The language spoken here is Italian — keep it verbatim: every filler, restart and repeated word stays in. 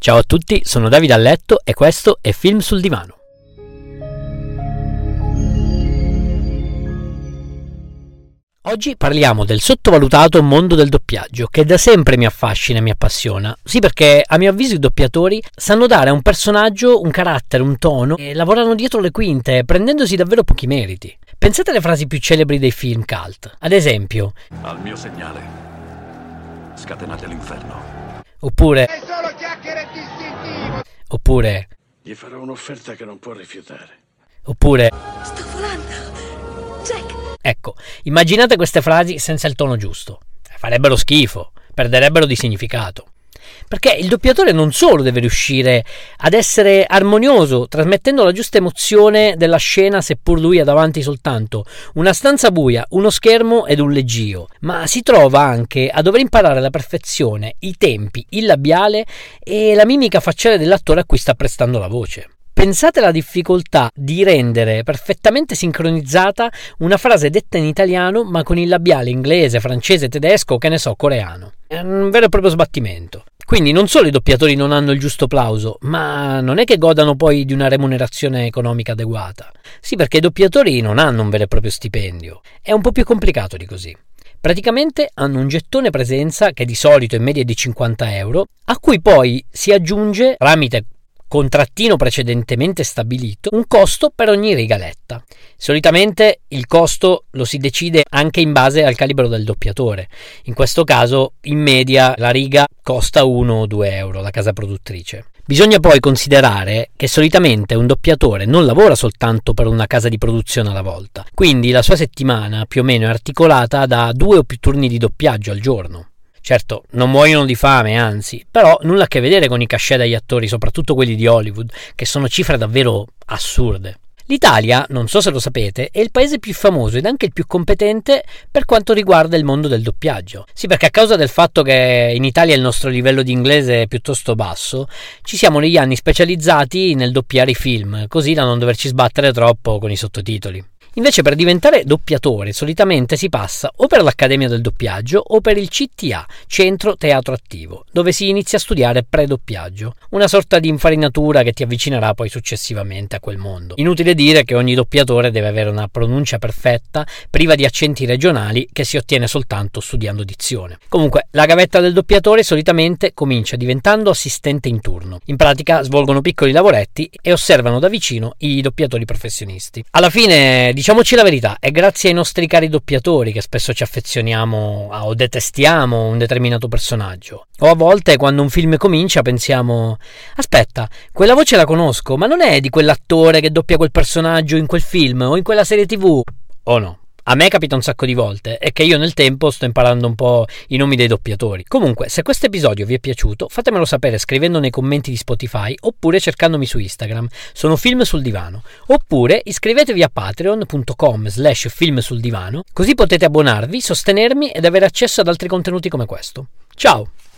Ciao a tutti, sono Davide a letto e questo è Film sul divano. Oggi parliamo del sottovalutato mondo del doppiaggio, che da sempre mi affascina e mi appassiona. Sì, perché a mio avviso i doppiatori sanno dare a un personaggio un carattere, un tono e lavorano dietro le quinte, prendendosi davvero pochi meriti. Pensate alle frasi più celebri dei film cult. Ad esempio, al mio segnale, scatenate l'inferno. Oppure È solo chiacchiere distintivo. Oppure Gli farò un'offerta che non può rifiutare. Oppure Sto volando! Jack! Ecco, immaginate queste frasi senza il tono giusto. Farebbero schifo, perderebbero di significato. Perché il doppiatore non solo deve riuscire ad essere armonioso, trasmettendo la giusta emozione della scena, seppur lui ha davanti soltanto una stanza buia, uno schermo ed un leggio, ma si trova anche a dover imparare alla perfezione i tempi, il labiale e la mimica facciale dell'attore a cui sta prestando la voce. Pensate alla difficoltà di rendere perfettamente sincronizzata una frase detta in italiano ma con il labiale inglese, francese, tedesco o che ne so, coreano. È un vero e proprio sbattimento. Quindi non solo i doppiatori non hanno il giusto plauso, ma non è che godano poi di una remunerazione economica adeguata. Sì, perché i doppiatori non hanno un vero e proprio stipendio. È un po' più complicato di così. Praticamente hanno un gettone presenza che di solito in media è di cinquanta euro, a cui poi si aggiunge, tramite contrattino precedentemente stabilito, un costo per ogni rigaletta. Solitamente il costo lo si decide anche in base al calibro del doppiatore. In questo caso, in media, la riga costa uno o due euro, la casa produttrice. Bisogna poi considerare che solitamente un doppiatore non lavora soltanto per una casa di produzione alla volta, quindi la sua settimana più o meno è articolata da due o più turni di doppiaggio al giorno. Certo, non muoiono di fame, anzi, però nulla a che vedere con i cachet degli attori, soprattutto quelli di Hollywood, che sono cifre davvero assurde. L'Italia, non so se lo sapete, è il paese più famoso ed anche il più competente per quanto riguarda il mondo del doppiaggio. Sì, perché a causa del fatto che in Italia il nostro livello di inglese è piuttosto basso, ci siamo negli anni specializzati nel doppiare i film, così da non doverci sbattere troppo con i sottotitoli. Invece per diventare doppiatore solitamente si passa o per l'Accademia del Doppiaggio o per il C T A, Centro Teatro Attivo, dove si inizia a studiare pre-doppiaggio, una sorta di infarinatura che ti avvicinerà poi successivamente a quel mondo. Inutile dire che ogni doppiatore deve avere una pronuncia perfetta, priva di accenti regionali, che si ottiene soltanto studiando dizione. Comunque, la gavetta del doppiatore solitamente comincia diventando assistente in turno. In pratica svolgono piccoli lavoretti e osservano da vicino i doppiatori professionisti. Alla fine, diciamoci la verità, è grazie ai nostri cari doppiatori che spesso ci affezioniamo a, o detestiamo un determinato personaggio. O a volte quando un film comincia pensiamo: aspetta, quella voce la conosco, ma non è di quell'attore che doppia quel personaggio in quel film o in quella serie tv? O no? A me capita un sacco di volte e che io nel tempo sto imparando un po' i nomi dei doppiatori. Comunque, se questo episodio vi è piaciuto, fatemelo sapere scrivendo nei commenti di Spotify oppure cercandomi su Instagram. Sono Film sul Divano. Oppure iscrivetevi a patreon punto com slash film sul divano, così potete abbonarvi, sostenermi ed avere accesso ad altri contenuti come questo. Ciao!